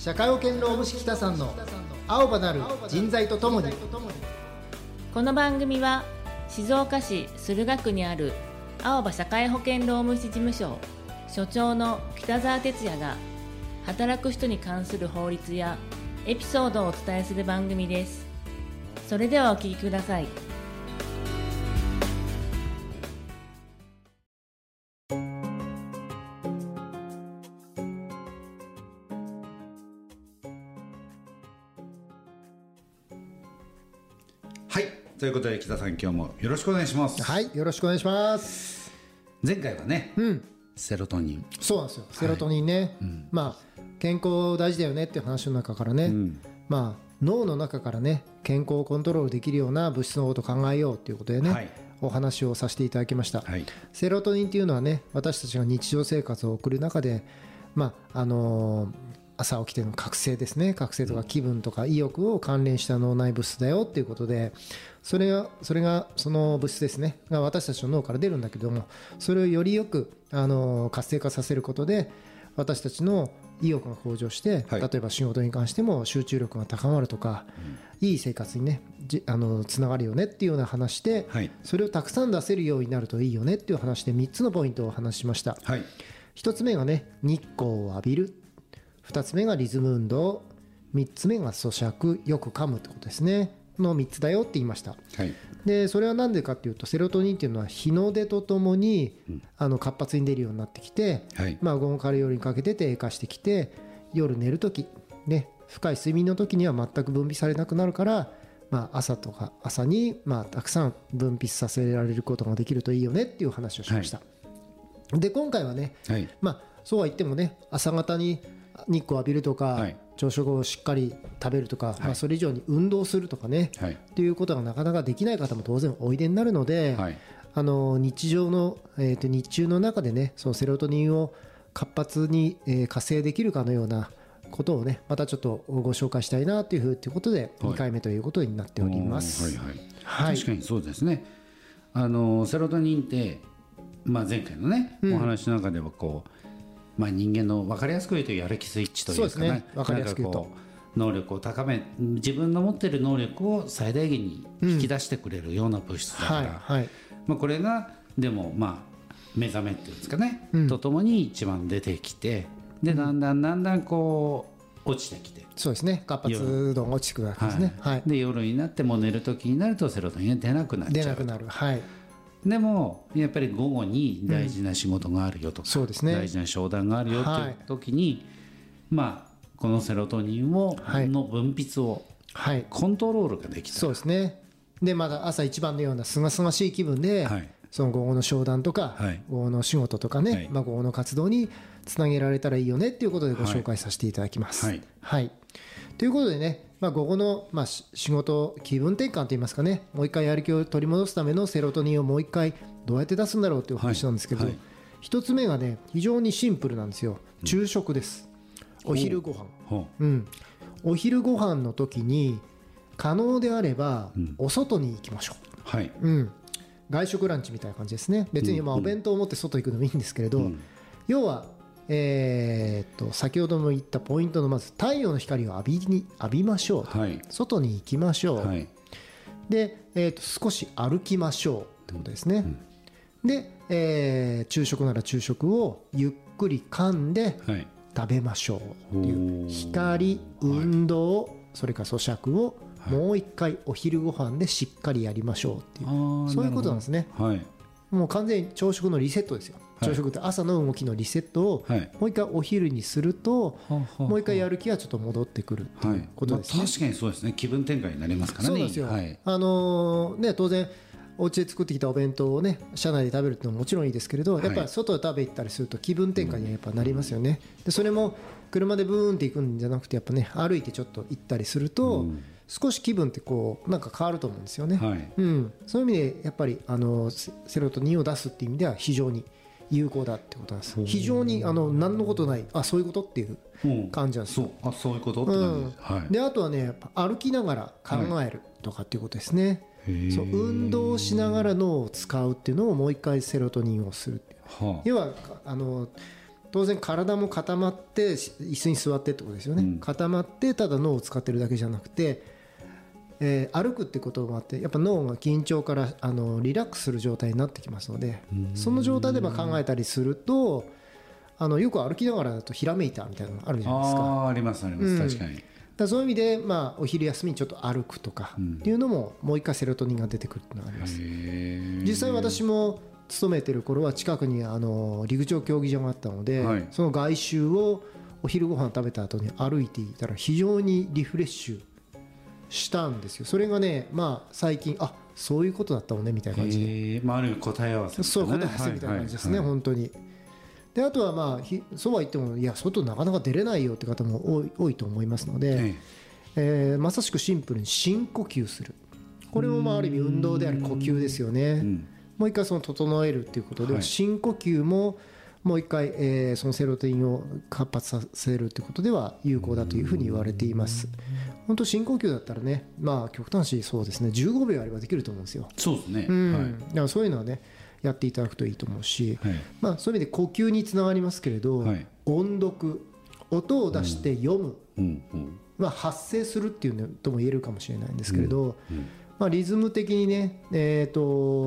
社会保険労務士北さんの青葉なる人材とともに。 この番組は静岡市駿河区にある青葉社会保険労務士事務所所長の北澤哲也が働く人に関する法律やエピソードをお伝えする番組です。それではお聞きください。 はい、ということで北さん、今日もよろしくお願いします。 はい、よろしくお願いします。 前回はね、セロトニン。 そうなんですよ、セロトニンね、まあ健康大事だよねっていう話の中からね、まあ脳の中からね健康をコントロールできるような物質のことを考えようということでね、お話をさせていただきました。セロトニンっていうのはね、私たちが日常生活を送る中で、まあ朝起きての覚醒ですね、覚醒とか気分とか意欲を関連した脳内物質だよっていうことで、それがその物質ですねが私たちの脳から出るんだけども、それをよりよく活性化させることで私たちの意欲が向上して、例えば仕事に関しても集中力が高まるとか、いい生活にねつながるよねっていうような話で、それをたくさん出せるようになるといいよねっていう話で3つのポイントをお話ししました。1つ目がね、日光を浴びる。2つ目がリズム運動。3つ目が咀嚼、よく噛むってことですねの3つだよって言いました。でそれは何でかっていうと、セロトニンっていうのは日の出とともに、活発に出るようになってきて、午後から夜にかけて低下してきて、夜寝るとき、ね、深い睡眠の時には全く分泌されなくなるから、朝に、たくさん分泌させられることができるといいよねっていう話をしました。で今回はね、そうは言ってもね、朝方に日光を浴びるとか、朝食をしっかり食べるとか、それ以上に運動するとかね、っていうことがなかなかできない方も当然おいでになるので、日常の、日中の中でね、そのセロトニンを活発に、活性できるかのようなことをね、またちょっとご紹介したいなということで、2回目ということになっております。 確かにそうですね。セロトニンって、前回のね、お話の中ではこう、人間の分かりやすく言うとやる気スイッチというかね、 分かりやすく言うと能力を高め、自分の持っている能力を最大限に引き出してくれるような物質だから、これがでも目覚めっていうんですかね、とともに一番出てきて、でだんだんこう落ちてきて、 そうですね、活発度が落ちてくるわけですね。 で夜になっても寝る時になるとセロトニンが出なくなっちゃう。でもやっぱり午後に大事な仕事があるよとか、大事な商談があるよっていう時に、このセロトニンの分泌をコントロールができたら、 そうですね。でまだ朝一番のようなすがすがしい気分で、その午後の商談とか、午後の仕事とかね、午後の活動につなげられたらいいよねっていうことでご紹介させていただきます。ということでね、午後の、仕事気分転換といいますかね、もう一回やる気を取り戻すためのセロトニンをもう一回どうやって出すんだろうという話なんですけど、一つ目がね非常にシンプルなんですよ。昼食です。お昼ご飯、お昼ご飯の時に可能であれば、お外に行きましょう。外食ランチみたいな感じですね。別にお弁当を持って外行くのもいいんですけれど、要は先ほども言ったポイントのまず太陽の光を浴びましょう、外に行きましょう、で、少し歩きましょうってことですね。で、昼食なら昼食をゆっくり噛んで食べましょうっていう、光、運動、それから咀嚼をもう一回お昼ご飯でしっかりやりましょうっていう、そういうことなんですね。もう完全に朝食のリセットですよ。朝食って朝の動きのリセットをもう一回お昼にすると、もう一回やる気がちょっと戻ってくるということですね。 確かにそうですね。気分転換になりますからね。 そうなんですよ。当然お家で作ってきたお弁当をね車内で食べるってのももちろんいいですけれど、やっぱり外で食べ行ったりすると気分転換にはやっぱなりますよね。でそれも車でブーンって行くんじゃなくて、やっぱね歩いてちょっと行ったりすると、少し気分ってこうなんか変わると思うんですよね。そういう意味でやっぱりセロトニンを出すっていう意味では非常に有効だってことなんです。非常に何のことない、そういうことっていう感じなんですよ。 そういうことって感じ。 であとはね、やっぱ歩きながら考えるとかっていうことですね。そう運動しながら脳を使うっていうのをもう一回セロトニンをするっていう、要は当然体も固まって椅子に座ってってことですよね、固まってただ脳を使ってるだけじゃなくて、歩くってこともあってやっぱ脳が緊張からリラックスする状態になってきますので、その状態で考えたりするとよく歩きながらだとひらめいたみたいなのがあるじゃないですか。 ありますあります、確かに。 だそういう意味で、お昼休みにちょっと歩くとかっていうのももう一回セロトニンが出てくるっていうのがあります。実際私も勤めてる頃は近くに陸上競技場があったので、その外周をお昼ご飯食べた後に歩いていたら非常にリフレッシュしたんですよ。それがね、最近そういうことだったのねみたいな感じで、 ある意味答え合わせ、 そう答え合わせみたいな感じですね、本当に。であとはそうは言ってもいや外なかなか出れないよって方も多いと思いますので、まさしくシンプルに深呼吸する、これもある意味運動である呼吸ですよね、もう一回その整えるっていうことで、深呼吸ももう一回、そのセロトニンを活発させるということでは有効だというふうに言われています。本当深呼吸だったらね、極端にそうですね15秒あればできると思うんですよ。 そうですね、 だからそういうのはねやっていただくといいと思うし、そういう意味で呼吸につながりますけれど、音読、音を出して読む、発声するっていうのとも言えるかもしれないんですけれど、リズム的にね、例え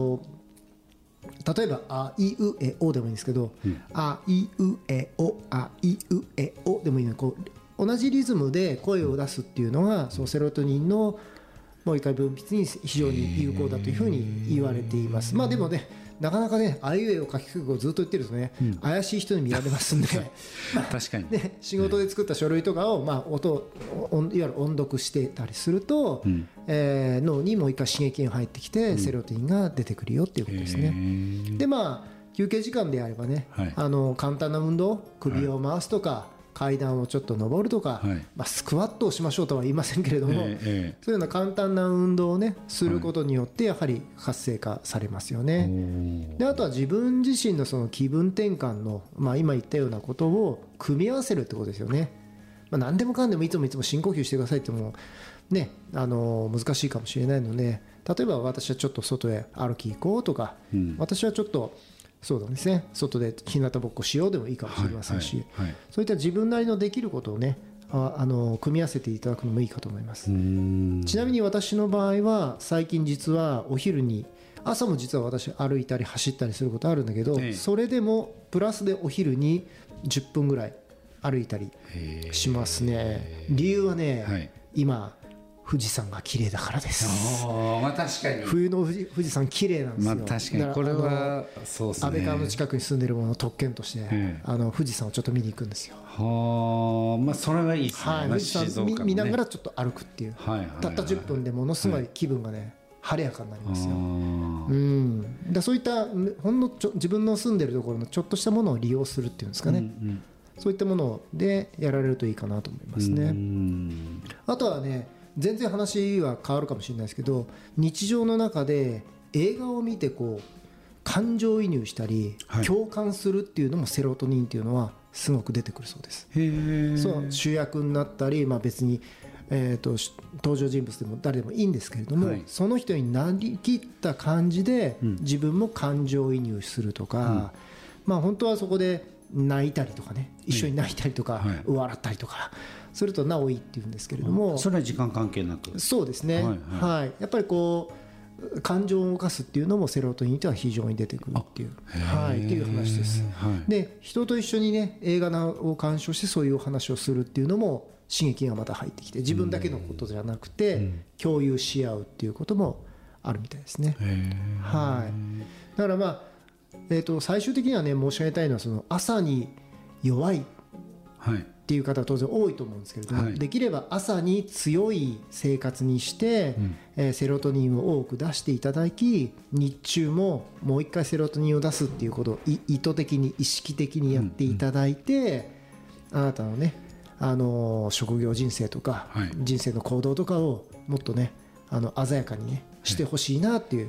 ばあいうえおでもいいんですけど、あいうえおあいうえおでもいいので、同じリズムで声を出すっていうのがそのセロトニンのもう一回分泌に非常に有効だというふうに言われています。でもねなかなかねあいうえを書きくをずっと言ってるとね、怪しい人に見られますんで確かに、 仕事で作った書類とかを、音いわゆる音読してたりすると、脳にもう一回刺激が入ってきて、セロトニンが出てくるよっていうことですね。で休憩時間であればね、簡単な運動、首を回すとか、階段をちょっと上るとか、スクワットをしましょうとは言いませんけれども、そういうような簡単な運動をねすることによってやはり活性化されますよね。であとは自分自身のその気分転換の、今言ったようなことを組み合わせるってことですよね。何でもかんでもいつも深呼吸してくださいってもね難しいかもしれないので、例えば私はちょっと外へ歩き行こうとか、私はちょっとそうですね、外で日向ぼっこしようでもいいかもしれませんし、そういった自分なりのできることをね組み合わせていただくのもいいかと思います。ちなみに私の場合は最近実はお昼に朝も実は私歩いたり走ったりすることあるんだけど、それでもプラスでお昼に10分ぐらい歩いたりしますね。理由はね、今富士山が綺麗だからです。 確かに冬の富士山綺麗なんですよ。 確かにこれはそうですね。 安倍川の近くに住んでる者の特権として、富士山をちょっと見に行くんですよ。 それはいいですね。 富士山見ながらちょっと歩くっていう、たった10分でものすごい気分がね晴れやかになりますよ。だそういったほんの自分の住んでるところのちょっとしたものを利用するっていうんですかね、そういったものでやられるといいかなと思いますね。あとはね全然話は変わるかもしれないですけど、日常の中で映画を見て感情移入したり、共感するっていうのもセロトニンっていうのはすごく出てくるそうです。そう主役になったり、別に、登場人物でも誰でもいいんですけれども、その人になりきった感じで自分も感情移入するとか、本当はそこで泣いたりとかね、一緒に泣いたりとか、笑ったりとかするとなおいいっていうんですけれども、 それは時間関係なく、 そうですね、やっぱり感情を動かすっていうのもセロトニンとは非常に出てくるっていう、っていう話です。で人と一緒にね映画を鑑賞してそういうお話をするっていうのも刺激がまた入ってきて、自分だけのことじゃなくて共有し合うっていうこともあるみたいですね。だから最終的にはね申し上げたいのは、その朝に弱いっていう方は当然多いと思うんですけれども、できれば朝に強い生活にして、セロトニンを多く出していただき、日中ももう一回セロトニンを出すっていうことを意図的に意識的にやっていただいて、あなたのね職業人生とか、人生の行動とかをもっとね鮮やかにねしてほしいなっていう、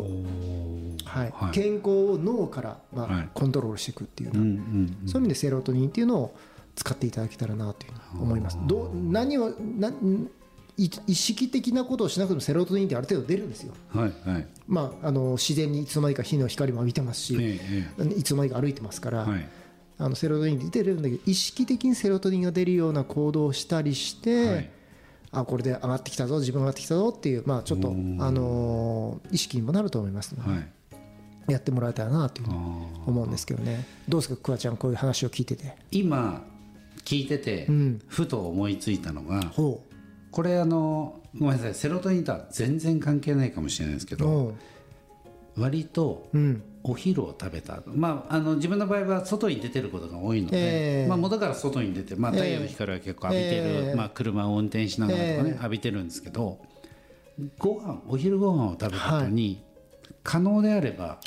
健康を脳からコントロールしていくっていうような、そういう意味でセロトニンっていうのを使っていただけたらなというふうに思います。意識的なことをしなくてもセロトニンってある程度出るんですよ。自然にいつの間にか日の光も浴びてますし、いつの間にか歩いてますから、 セロトニン出てるんだけど、意識的にセロトニンが出るような行動をしたりして、これで上がってきたぞ、自分上がってきたぞっていう、ちょっと意識にもなると思いますので、やってもらえたらなというふうに思うんですけどね。どうですか、くわちゃん、こういう話を聞いてて。 今聞いてて、ふと思いついたのが、これごめんなさい、セロトニンとは全然関係ないかもしれないですけど、割とお昼を食べた後、自分の場合は外に出てることが多いので、元から外に出て、太陽の光は結構浴びてる、車を運転しながらとかね、浴びてるんですけど、お昼ご飯を食べた後に、可能であれば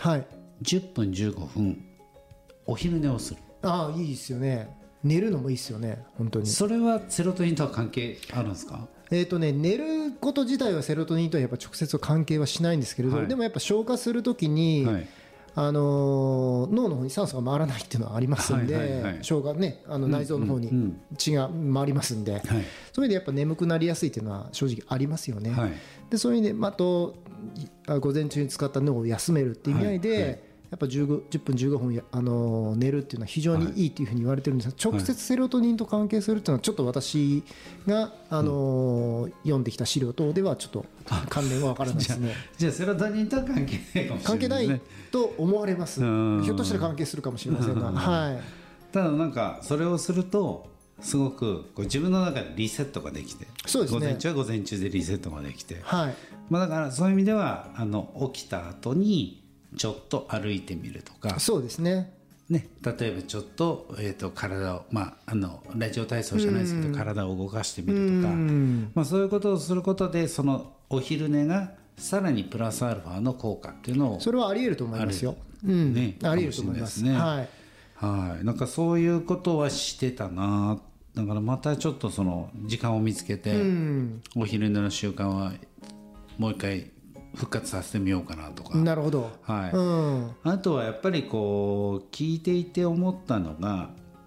10分15分お昼寝をする。 いいですよね。寝るのもいいですよね、本当に。 それはセロトニンとは関係あるんですか？ 寝ること自体はセロトニンとはやっぱ直接関係はしないんですけれど、でもやっぱ消化するときに、脳の方に酸素が回らないっていうのはありますんで、消化ね、内臓の方に血が回りますんで、そういう意味でやっぱ眠くなりやすいっていうのは正直ありますよね。でそういう意味で、あと午前中に使った脳を休めるっていう意味合いで、やっぱ10分15分寝るっていうのは非常にいいというふうに言われてるんですが、直接セロトニンと関係するっていうのはちょっと私が読んできた資料等ではちょっと関連は分からないですね。 じゃあセロトニンとは関係ないかもしれないですね。関係ないと思われます。ひょっとしたら関係するかもしれませんが、 ただなんかそれをするとすごく自分の中でリセットができて、そうですね、午前中は午前中でリセットができて、だからそういう意味では起きた後にちょっと歩いてみるとか、 そうですね、 例えばちょっと、体を、ラジオ体操じゃないですけど、体を動かしてみるとか、そういうことをすることでそのお昼寝がさらにプラスアルファの効果っていうのを、 それはあり得ると思いますよ。あり得ると思いますね。 なんかそういうことはしてたな。だからまたちょっとその時間を見つけて、お昼寝の習慣はもう一回復活させてみようかなとか。 なるほど。 あとはやっぱり聞いていて思ったのが、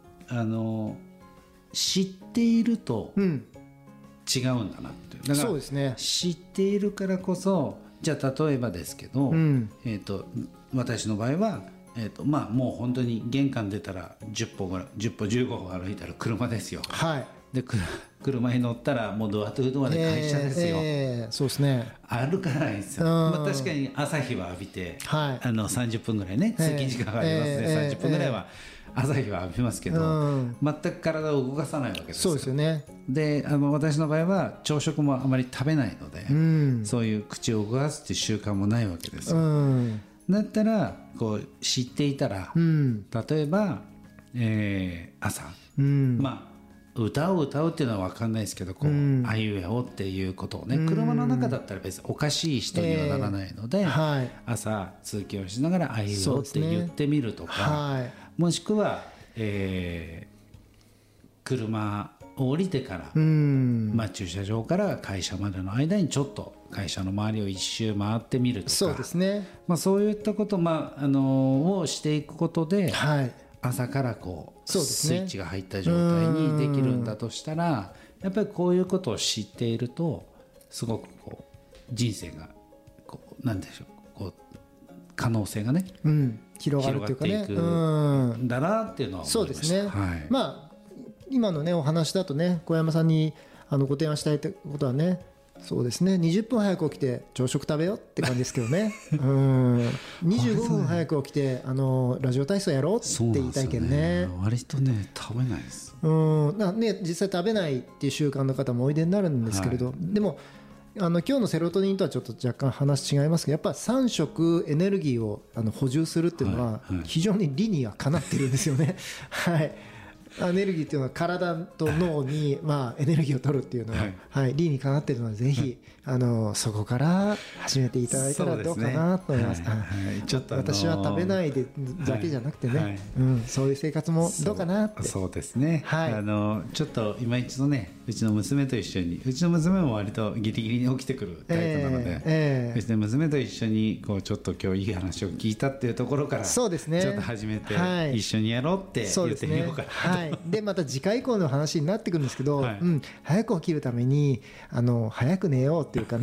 知っていると違うんだなって。だから知っているからこそ、じゃあ例えばですけど、私の場合はもう本当に玄関出たら10歩15歩歩いたら車ですよ。で車に乗ったらもうドアトゥドアで会社ですよ。 そうですね。 歩かないですよ。確かに朝日は浴びて、30分ぐらいね、通勤時間がありますね、30分ぐらいは朝日は浴びますけど、全く体を動かさないわけですよ。 そうですよね。 で私の場合は朝食もあまり食べないので、そういう口を動かすっていう習慣もないわけですよ。だったら知っていたら、例えば、朝、歌を歌うっていうのは分かんないですけど、あいうえおっていうことをね、車の中だったら別におかしい人にはならないので、朝通勤をしながらあいうえおって言ってみるとか、もしくは、車を降りてから、駐車場から会社までの間にちょっと会社の周りを一周回ってみるとか、 そうですね、 そういったこと、をしていくことで、朝からスイッチが入った状態にできるんだとしたら、やっぱりこういうことを知っているとすごく人生が何でしょう、可能性がね、 広がるというかね、 広がっていくんだなっていうのは思いました。 そうですね。今のねお話だとね、小山さんにご提案したいことはね、そうですね、20分早く起きて朝食食べようって感じですけどね25分早く起きてラジオ体操やろうって言いたいけどね。 割とね食べないです。 実際食べないっていう習慣の方もおいでになるんですけれど、でも今日のセロトニンとはちょっと若干話違いますけど、やっぱり3食エネルギーを補充するっていうのは非常に理にはかなってるんですよね。エネルギーっていうのは体と脳にエネルギーを取るっていうのは理にかなっているので、ぜひそこから始めていただいたらどうかなと思います。私は食べないでだけじゃなくてね、そういう生活もどうかなって。 そうですね。ちょっと今一度ね、うちの娘と一緒に、うちの娘も割とギリギリに起きてくるタイプなので、うちの娘と一緒にちょっと今日いい話を聞いたっていうところから、そうですね、ちょっと始めて一緒にやろうって言ってみようかなと。 でまた次回以降の話になってくるんですけど、早く起きるために早く寝ようっていうかね、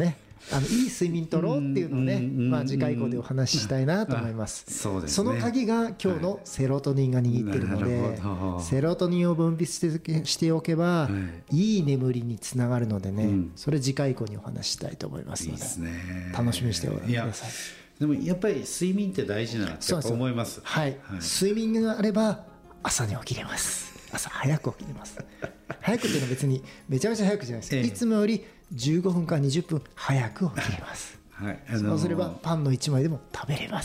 いい睡眠とろうっていうのをね、次回以降でお話ししたいなと思います。 そうですね、 その鍵が今日のセロトニンが握ってるので、セロトニンを分泌しておけば、いい眠りにつながるのでね、それ次回以降にお話ししたいと思いますので、楽しみにしておいてください。 でもやっぱり睡眠って大事だなって思います。 はい、睡眠があれば朝に起きれます。朝早く起きれます。早くっていうのは別にめちゃめちゃ早くじゃないです。いつもより15分から20分早く起きれます。そうすればパンの1枚でも食べれます。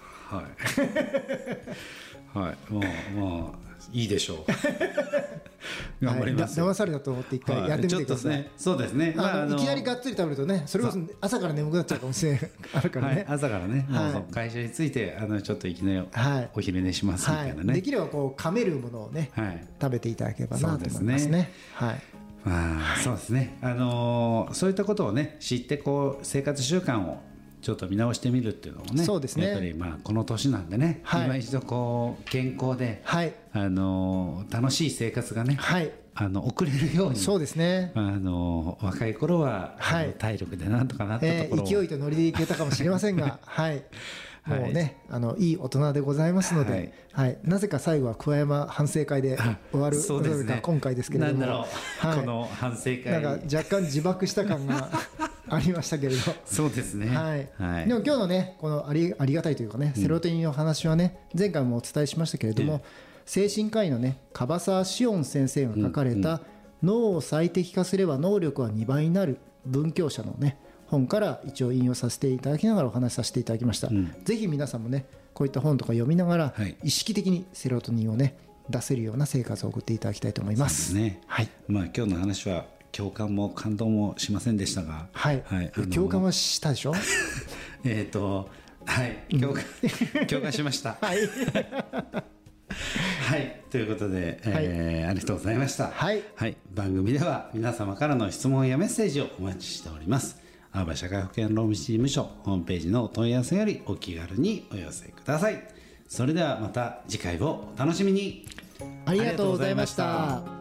もういいでしょう。頑張ります。 騙されたと思って一回やってみてください。 そうですね。 いきなりがっつり食べるとね、それこそ朝から眠くなっちゃうかもしれないあるからね。 朝からね、会社に着いてちょっといきなりお昼寝しますみたいなね。 できればこう噛めるものをね食べていただければなと思いますね。 そうですね。そういったことをね知ってこう生活習慣をちょっと見直してみるっていうのもね、 そうですね、 やっぱりこの年なんでね、今一度こう健康で、楽しい生活がね、送れるように、 そうですね、 若い頃は、体力でなんとかなったところを、 勢いとノリでいけたかもしれませんがもうね、いい大人でございますので、なぜか最後は桑山反省会で終わるのが今回ですけれども、 この反省会なんか若干自爆した感がありましたけれどそうですね、 でも今日のねこのありがたいというかね、セロトニンの話はね前回もお伝えしましたけれども、精神科医のね樺沢紫音先生が書かれた脳を最適化すれば能力は2倍になる文教社のね本から一応引用させていただきながらお話しさせていただきました。ぜひ皆さんもねこういった本とか読みながら意識的にセロトニンをね出せるような生活を送っていただきたいと思います。 そうですね、今日の話は共感も感動もしませんでしたが、 共感はしたでしょ共感しましたということで、ありがとうございました。番組では皆様からの質問やメッセージをお待ちしております。青葉社会保険労務士事務所ホームページのお問い合わせよりお気軽にお寄せください。それではまた次回をお楽しみに。 ありがとうございました。